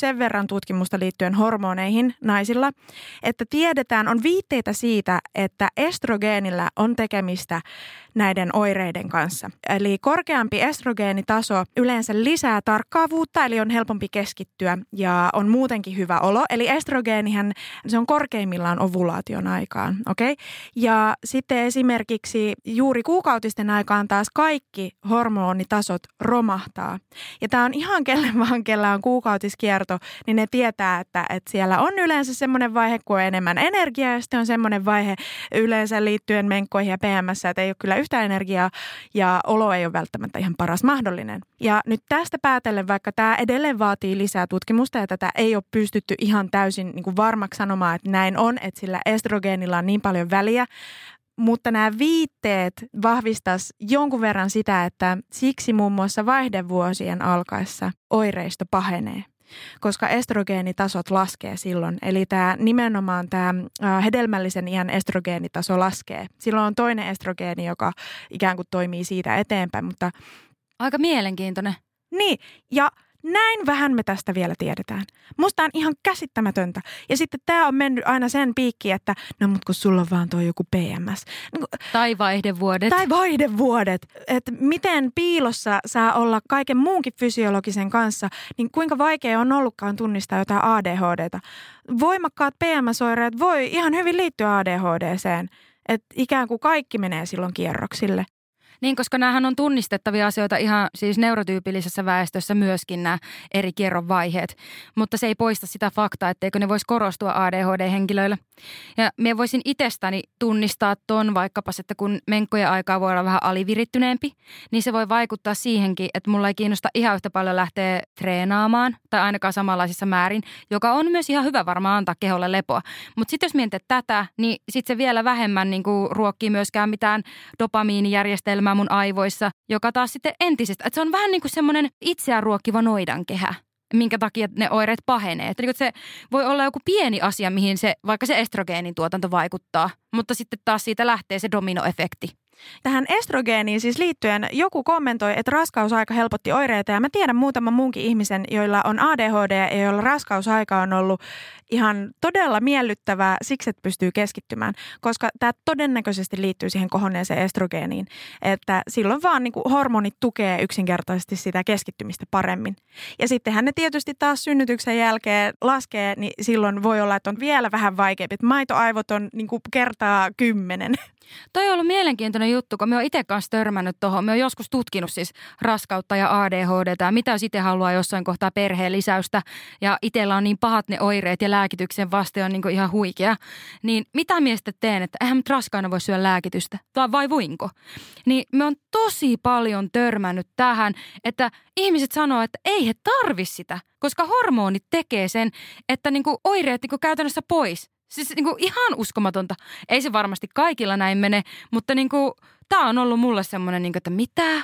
paljon tutkimusta liittyen hormoneihin naisilla, että tiedetään, on viitteitä siitä, että estrogeenillä on tekemistä näiden oireiden kanssa. Eli korkeampi estrogeenitaso yleensä lisää tarkkaavuutta, eli on helpompi keskittyä ja on muutenkin hyvä olo. Eli estrogeenihän, se on korkeimmillaan ovulaation aikaan, okei? Okay? Ja sitten esimerkiksi juuri kuukautisten aikaan taas kaikki hormonitasot romahtaa. Ja tämä on ihan kelle vaan, kellä on kuukautiskierto, niin ne tietää, että siellä on yleensä semmoinen vaihe, kun on enemmän energiaa, ja sitten on semmoinen vaihe yleensä liittyen menkkoihin ja PMS, että ei ole kyllä yhtä energiaa ja olo ei ole välttämättä ihan paras mahdollinen. Ja nyt tästä päätellen, vaikka tämä edelleen vaatii lisää tutkimusta ja tätä ei ole pystytty ihan täysin niin kuin varmaksi sanomaan, että näin on, että sillä estrogeenilla on niin paljon väliä, mutta nämä viitteet vahvistaisi jonkun verran sitä, että siksi muun muassa vaihdevuosien alkaessa oireisto pahenee, koska estrogeenitasot laskee silloin. Eli nimenomaan tämä hedelmällisen iän estrogeenitaso laskee. Silloin on toinen estrogeeni, joka ikään kuin toimii siitä eteenpäin, mutta aika mielenkiintoinen. Niin, ja näin vähän me tästä vielä tiedetään. Musta on ihan käsittämätöntä. Ja sitten tämä on mennyt aina sen piikkiin, että no mut kun sulla on vaan tuo joku PMS. Tai vaihdevuodet. Tai vaihdevuodet. Että miten piilossa saa olla kaiken muunkin fysiologisen kanssa, niin kuinka vaikea on ollutkaan tunnistaa jotain ADHDta. Voimakkaat PMS-oireet voi ihan hyvin liittyä ADHDseen. Että ikään kuin kaikki menee silloin kierroksille. Niin, koska näähän on tunnistettavia asioita ihan siis neurotyypillisessä väestössä myöskin nämä eri kierron vaiheet. Mutta se ei poista sitä faktaa, etteikö ne voisi korostua ADHD-henkilöillä. Ja minä voisin itsestäni tunnistaa ton vaikkapa, että kun menkkojen aikaa voi olla vähän alivirittyneempi, niin se voi vaikuttaa siihenkin, että mulla ei kiinnosta ihan yhtä paljon lähteä treenaamaan tai ainakaan samanlaisissa määrin, joka on myös ihan hyvä varmaan antaa keholle lepoa. Mutta sitten jos mietit tätä, niin sitten se vielä vähemmän niin kuin ruokkii myöskään mitään dopamiinijärjestelmää mun aivoissa, joka taas sitten entisestä, että se on vähän niin kuin semmoinen itseään ruokkiva noidankehä, minkä takia ne oireet pahenee. Että se voi olla joku pieni asia, mihin se, vaikka se estrogeenin tuotanto vaikuttaa, mutta sitten taas siitä lähtee se dominoefekti. Tähän estrogeeniin siis liittyen joku kommentoi, että raskausaika helpotti oireita ja mä tiedän muutaman muunkin ihmisen, joilla on ADHD ja joilla raskausaika on ollut ihan todella miellyttävää siksi, että pystyy keskittymään, koska tämä todennäköisesti liittyy siihen kohonneeseen estrogeeniin, että silloin vaan niin kuin hormonit tukee yksinkertaisesti sitä keskittymistä paremmin. Ja sittenhän ne tietysti taas synnytyksen jälkeen laskee, niin silloin voi olla, että on vielä vähän vaikeampi, että maitoaivot on niin kuin kertaa 10. Toi on ollut mielenkiintoinen juttu, kun me oon itse kanssa törmännyt tuohon. Me oon joskus tutkinut siis raskautta ja ADHDta ja mitä jos itse haluaa jossain kohtaa perheen lisäystä ja itsellä on niin pahat ne oireet ja lääkityksen vaste on niin kuin ihan huikea. Niin mitä miestä teen, että eihän nyt raskaana voi syödä lääkitystä vai voinko? Niin me on tosi paljon törmännyt tähän, että ihmiset sanoo, että ei he tarvi sitä, koska hormonit tekee sen, että niin kuin oireet niin kuin käytännössä pois. Siis niin kuin ihan uskomatonta. Ei se varmasti kaikilla näin mene, mutta niin kuin, tämä on ollut mulle semmoinen, niin kuin, että mitä?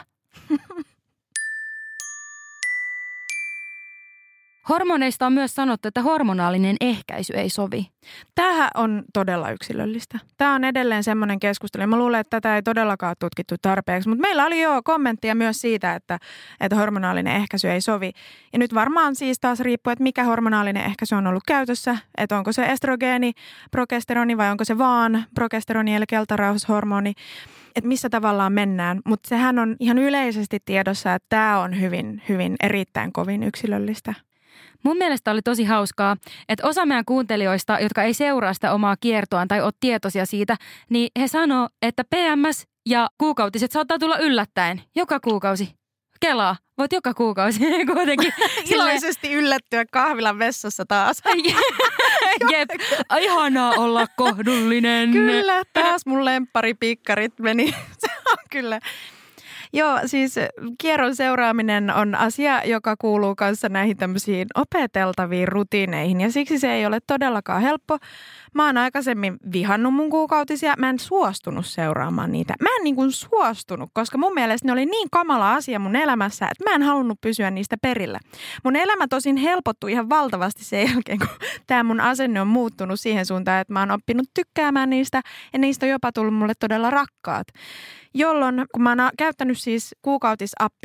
Hormoneista on myös sanottu, että hormonaalinen ehkäisy ei sovi. Tämähän on todella yksilöllistä. Tämä on edelleen semmoinen keskustelu. Mä luulen, että tätä ei todellakaan tutkittu tarpeeksi, mutta meillä oli jo kommenttia myös siitä, että hormonaalinen ehkäisy ei sovi. Ja nyt varmaan siis taas riippuu, että mikä hormonaalinen ehkäisy on ollut käytössä, että onko se estrogeeni, progesteroni vai onko se vaan progesteroni eli keltarauhashormoni, että missä tavallaan mennään. Mutta sehän on ihan yleisesti tiedossa, että tämä on hyvin, hyvin erittäin kovin yksilöllistä. Mun mielestä oli tosi hauskaa, että osa meidän kuuntelijoista, jotka ei seuraa sitä omaa kiertoaan tai ole tietoisia siitä, niin he sanoo, että PMS ja kuukautiset saattaa tulla yllättäen joka kuukausi. Kelaa, voit joka kuukausi kuitenkin. Iloisesti yllättyä kahvilan vessassa taas. Jep, ihanaa olla kohdullinen. Kyllä, taas mun lempparipikkarit meni. Se on kyllä. Joo, siis kierron seuraaminen on asia, joka kuuluu kanssa näihin tämmöisiin opeteltaviin rutiineihin ja siksi se ei ole todellakaan helppo. Mä oon aikaisemmin vihannut mun kuukautisia, mä en suostunut seuraamaan niitä. Mä en niin kuin suostunut, koska mun mielestä ne oli niin kamala asia mun elämässä, että mä en halunnut pysyä niistä perillä. Mun elämä tosin helpottui ihan valtavasti sen jälkeen, kun tää mun asenne on muuttunut siihen suuntaan, että mä oon oppinut tykkäämään niistä ja niistä on jopa tullut mulle todella rakkaat. Jolloin, kun mä oon käyttänyt siis kuukautisappia,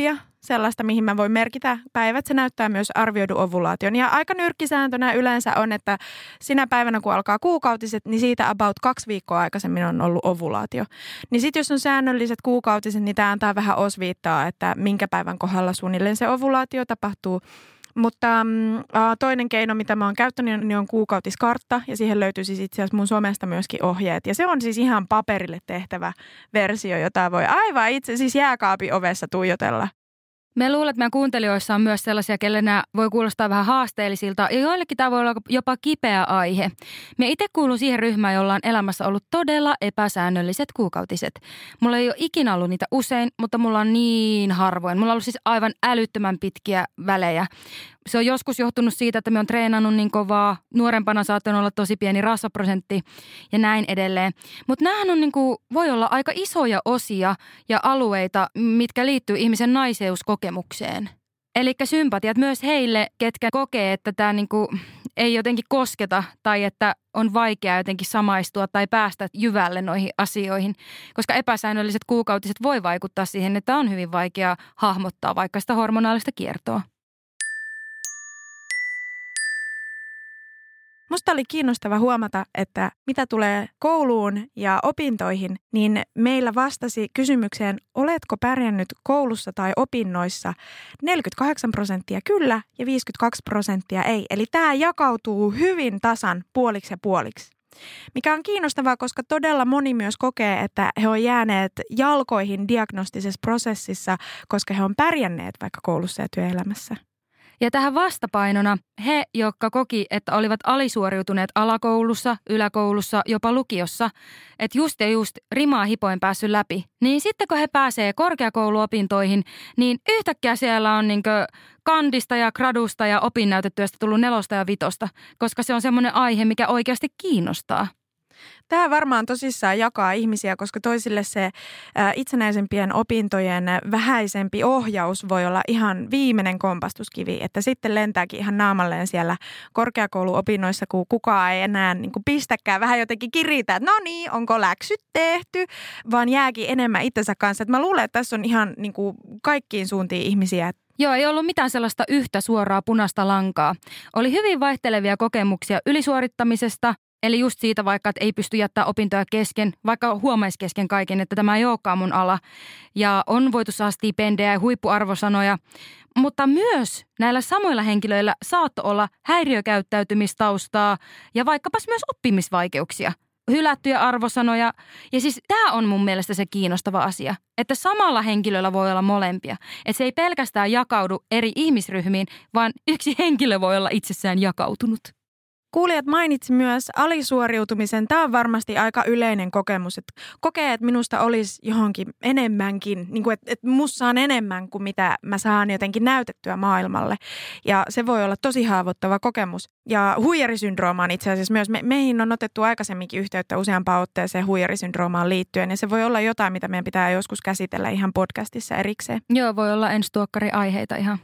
sellaista, mihin mä voin merkitä päivät. Se näyttää myös arvioidun ovulaation. Ja aika nyrkkisääntönä yleensä on, että sinä päivänä, kun alkaa kuukautiset, niin siitä about 2 viikkoa aikaisemmin on ollut ovulaatio. Niin sitten jos on säännölliset kuukautiset, niin tämä antaa vähän osviittaa, että minkä päivän kohdalla suunnilleen se ovulaatio tapahtuu. Mutta toinen keino, mitä mä oon käyttänyt, niin on kuukautiskartta ja siihen löytyy siis itse asiassa mun somesta myöskin ohjeet. Ja se on siis ihan paperille tehtävä versio, jota voi aivan itse siis jääkaapin ovessa tuijotella. Me luulen, että meidän kuuntelijoissa on myös sellaisia, kelle nämä voi kuulostaa vähän haasteellisilta ja joillekin tämä voi olla jopa kipeä aihe. Me itse kuulun siihen ryhmään, jolla on elämässä ollut todella epäsäännölliset kuukautiset. Mulla ei ole ikinä ollut niitä usein, mutta mulla on niin harvoin. Mulla on ollut siis aivan älyttömän pitkiä välejä. Se on joskus johtunut siitä, että me on treenannut niin kovaa. Nuorempana saattanut olla tosi pieni rasvaprosentti ja näin edelleen. Mutta näähän on voi olla aika isoja osia ja alueita, mitkä liittyy ihmisen naiseuskokemukseen. Eli sympatiat myös heille, ketkä kokee, että tämä ei jotenkin kosketa tai että on vaikea jotenkin samaistua tai päästä jyvälle noihin asioihin. Koska epäsäännölliset kuukautiset voi vaikuttaa siihen, että on hyvin vaikea hahmottaa vaikka sitä hormonaalista kiertoa. Musta oli kiinnostava huomata, että mitä tulee kouluun ja opintoihin, niin meillä vastasi kysymykseen, oletko pärjännyt koulussa tai opinnoissa 48% kyllä ja 52% ei. Eli tämä jakautuu hyvin tasan puoliksi ja puoliksi. Mikä on kiinnostavaa, koska todella moni myös kokee, että he on jääneet jalkoihin diagnostisessa prosessissa, koska he on pärjänneet vaikka koulussa ja työelämässä. Ja tähän vastapainona he, jotka koki, että olivat alisuoriutuneet alakoulussa, yläkoulussa, jopa lukiossa, että just rimaa hipoin päässyt läpi, niin sitten kun he pääsee korkeakouluopintoihin, niin yhtäkkiä siellä on kandista ja gradusta ja opinnäytetyöstä tullut 4 ja 5, koska se on semmoinen aihe, mikä oikeasti kiinnostaa. Tämä varmaan tosissaan jakaa ihmisiä, koska toisille se itsenäisempien opintojen vähäisempi ohjaus voi olla ihan viimeinen kompastuskivi, että sitten lentääkin ihan naamalleen siellä korkeakouluopinnoissa, kun kukaan ei enää pistäkään vähän jotenkin kiritä, että no niin, onko läksyt tehty, vaan jääkin enemmän itsensä kanssa. Että mä luulen, että tässä on ihan kaikkiin suuntiin ihmisiä. Joo, ei ollut mitään sellaista yhtä suoraa punaista lankaa. Oli hyvin vaihtelevia kokemuksia ylisuorittamisesta. Eli just siitä vaikka, että ei pysty jättämään opintoja kesken, vaikka huomaisi kesken kaiken, että tämä ei olekaan mun ala. Ja on voitu saada stipendejä ja huippuarvosanoja. Mutta myös näillä samoilla henkilöillä saattoi olla häiriökäyttäytymistaustaa ja vaikkapas myös oppimisvaikeuksia. Hylättyjä arvosanoja. Ja siis tämä on mun mielestä se kiinnostava asia, että samalla henkilöllä voi olla molempia. Että se ei pelkästään jakaudu eri ihmisryhmiin, vaan yksi henkilö voi olla itsessään jakautunut. Kuulijat mainitsi myös alisuoriutumisen. Tämä on varmasti aika yleinen kokemus, että kokee, että minusta olisi johonkin enemmänkin, että musta on enemmän kuin mitä mä saan jotenkin näytettyä maailmalle. Ja se voi olla tosi haavoittava kokemus. Ja huijarisyndrooma on itse asiassa myös, meihin on otettu aikaisemminkin yhteyttä useampaan otteeseen huijarisyndroomaan liittyen. Ja se voi olla jotain, mitä meidän pitää joskus käsitellä ihan podcastissa erikseen. Joo, voi olla ensi-tuokkari-aiheita ihan.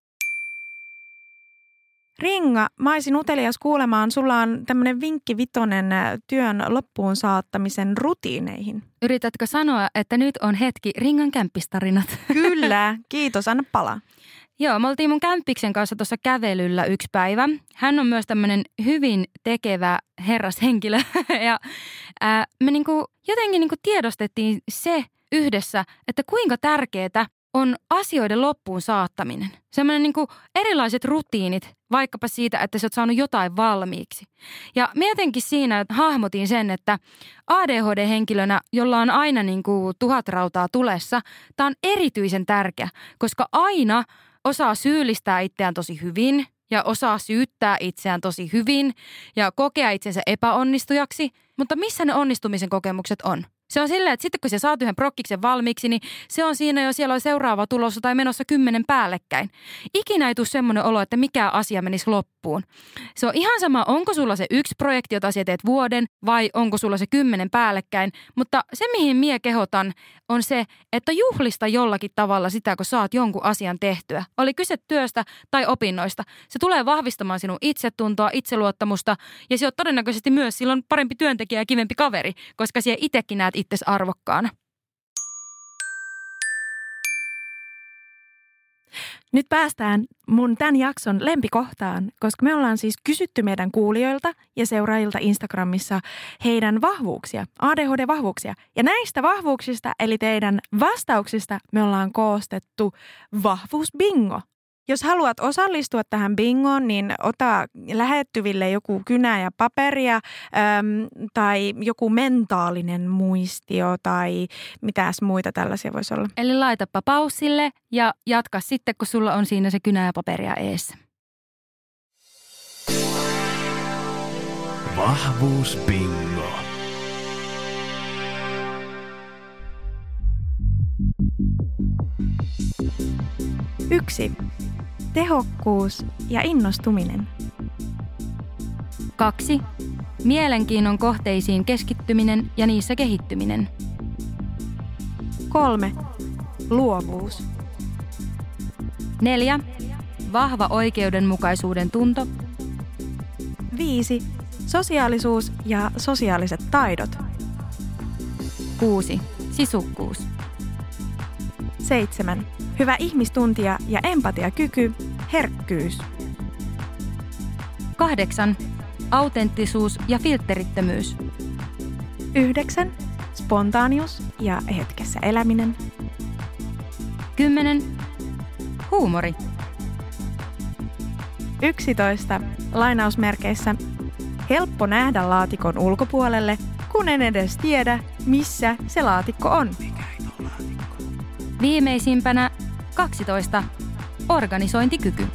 Ringa, mä olisin utelias kuulemaan. Sulla on tämmöinen vinkki 5 työn loppuun saattamisen rutiineihin. Yritätkö sanoa, että nyt on hetki Ringan kämppistarinat? Kyllä, kiitos, anna palaa. Joo, me oltiin mun kämppiksen kanssa tuossa kävelyllä yksi päivä. Hän on myös tämmöinen hyvin tekevä herrashenkilö ja me jotenkin tiedostettiin se yhdessä, että kuinka tärkeää on asioiden loppuun saattaminen. Sellainen erilaiset rutiinit, vaikkapa siitä, että sä oot saanut jotain valmiiksi. Ja mietinkin siinä, että hahmotin sen, että ADHD-henkilönä, jolla on aina 1000 rautaa tulessa, tää on erityisen tärkeä, koska aina osaa syyllistää itseään tosi hyvin ja osaa syyttää itseään tosi hyvin ja kokea itsensä epäonnistujaksi. Mutta missä ne onnistumisen kokemukset on? Se on silleen, että sitten kun sä saat yhden prokkiksen valmiiksi, niin se on siinä jo, siellä on seuraava tulossa tai menossa 10 päällekkäin. Ikinä ei tule semmoinen olo, että mikään asia menisi loppuun. Se on ihan sama, onko sulla se 1 projekti, jota sä teet vuoden, vai onko sulla se 10 päällekkäin. Mutta se, mihin mie kehotan, on se, että juhlista jollakin tavalla sitä, kun saat jonkun asian tehtyä. Oli kyse työstä tai opinnoista. Se tulee vahvistamaan sinun itsetuntoa, itseluottamusta ja se on todennäköisesti myös silloin parempi työntekijä ja kivempi kaveri, koska siellä itsekin näet itsesi arvokkaana. Nyt päästään mun tämän jakson lempikohtaan, koska me ollaan siis kysytty meidän kuulijoilta ja seuraajilta Instagramissa heidän vahvuuksia, ADHD-vahvuuksia. Ja näistä vahvuuksista, eli teidän vastauksista, me ollaan koostettu vahvuusbingo. Jos haluat osallistua tähän bingoon, niin ota lähettyville joku kynä ja paperia tai joku mentaalinen muistio tai mitäs muita tällaisia voisi olla. Eli laitapa paussille ja jatka sitten, kun sulla on siinä se kynä ja paperia eessä. Vahvuusbingo. Yksi. Tehokkuus ja innostuminen. 2. Mielenkiinnon kohteisiin keskittyminen ja niissä kehittyminen. 3. Luovuus. 4. Vahva oikeudenmukaisuuden tunto. 5. Sosiaalisuus ja sosiaaliset taidot. 6. Sisukkuus. 7. Hyvä ihmistuntia ja empatiakyky, herkkyys. 8. Autenttisuus ja filterittömyys. 9. Spontaanius ja hetkessä eläminen. 10. Huumori. 11. Lainausmerkeissä. Helppo nähdä laatikon ulkopuolelle, kun en edes tiedä, missä se laatikko on. Viimeisimpänä 12. Organisointikyky.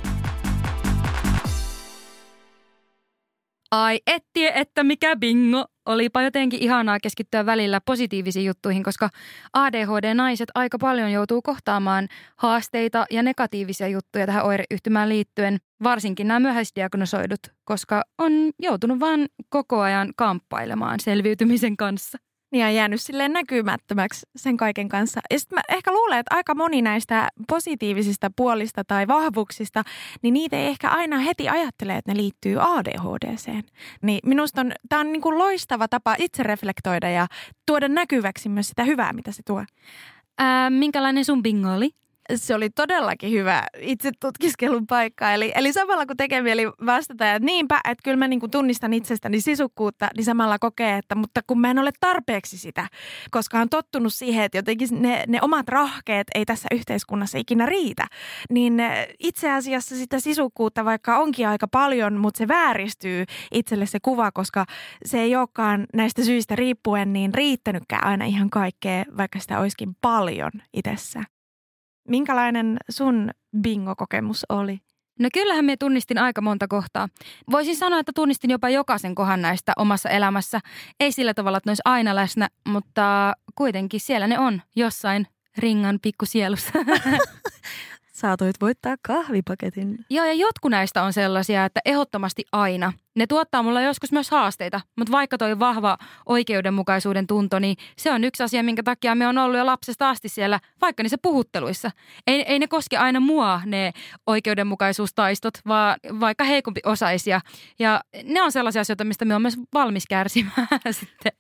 Ai et tie, että mikä bingo. Olipa jotenkin ihanaa keskittyä välillä positiivisiin juttuihin, koska ADHD-naiset aika paljon joutuu kohtaamaan haasteita ja negatiivisia juttuja tähän oireyhtymään liittyen. Varsinkin nämä myöhäisdiagnosoidut, koska on joutunut vaan koko ajan kamppailemaan selviytymisen kanssa. Niin ja jäänyt silleen näkymättömäksi sen kaiken kanssa. Ja sitten mä ehkä luulen, että aika moni näistä positiivisista puolista tai vahvuuksista, niin niitä ei ehkä aina heti ajattele, että ne liittyy ADHD:seen. Niin minusta tämä on niin kuin loistava tapa itse reflektoida ja tuoda näkyväksi myös sitä hyvää, mitä se tuo. Minkälainen sun bingo oli? Se oli todellakin hyvä itse tutkiskelun paikka. Eli samalla kun tekee mieli vastata, että niinpä, että kyllä mä niin kuin tunnistan itsestäni sisukkuutta, niin samalla kokee, että mutta kun mä en ole tarpeeksi sitä, koska on tottunut siihen, että jotenkin ne omat rahkeet ei tässä yhteiskunnassa ikinä riitä. Niin itse asiassa sitä sisukkuutta vaikka onkin aika paljon, mutta se vääristyy itselle se kuva, koska se ei olekaan näistä syistä riippuen niin riittänytkään aina ihan kaikkea, vaikka sitä olisikin paljon itsessä. Minkälainen sun bingo-kokemus oli? No kyllähän minä tunnistin aika monta kohtaa. Voisin sanoa, että tunnistin jopa jokaisen kohan näistä omassa elämässä. Ei sillä tavalla, että ne olisi aina läsnä, mutta kuitenkin siellä ne on jossain ringan pikkusielussa. Saatoit voittaa kahvipaketin. Joo, ja jotkut näistä on sellaisia, että ehdottomasti aina. Ne tuottaa mulla joskus myös haasteita, mutta vaikka toi vahva oikeudenmukaisuuden tunto, niin se on yksi asia, minkä takia me on ollut jo lapsesta asti siellä, vaikka niissä puhutteluissa. Ei ne koske aina mua, ne oikeudenmukaisuustaistot, vaan vaikka heikompi osaisia. Ja ne on sellaisia asioita, mistä me on myös valmis kärsimään sitten.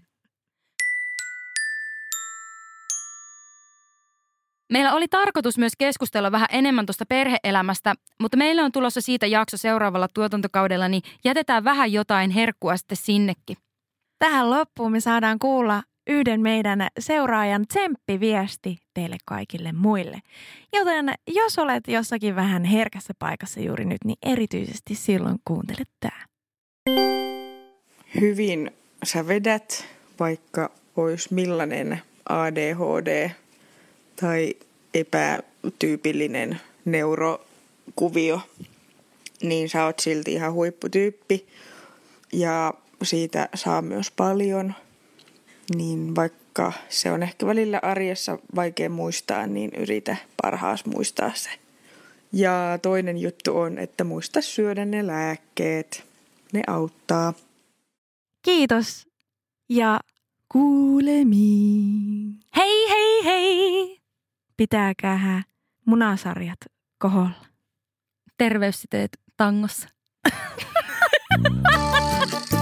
Meillä oli tarkoitus myös keskustella vähän enemmän tuosta perhe-elämästä, mutta meillä on tulossa siitä jakso seuraavalla tuotantokaudella, niin jätetään vähän jotain herkkua sitten sinnekin. Tähän loppuun me saadaan kuulla yhden meidän seuraajan tsemppiviesti teille kaikille muille. Joten jos olet jossakin vähän herkässä paikassa juuri nyt, niin erityisesti silloin kuuntele tää. Hyvin sä vedät, vaikka olisi millainen ADHD tai epätyypillinen neurokuvio, niin sä oot silti ihan huipputyyppi ja siitä saa myös paljon. Niin vaikka se on ehkä välillä arjessa vaikea muistaa, niin yritä parhaas muistaa se. Ja toinen juttu on, että muista syödä ne lääkkeet. Ne auttaa. Kiitos ja kuulemiin. Hei, hei, hei! Pitääkää munasarjat koholla. Terveyssiteet tangossa.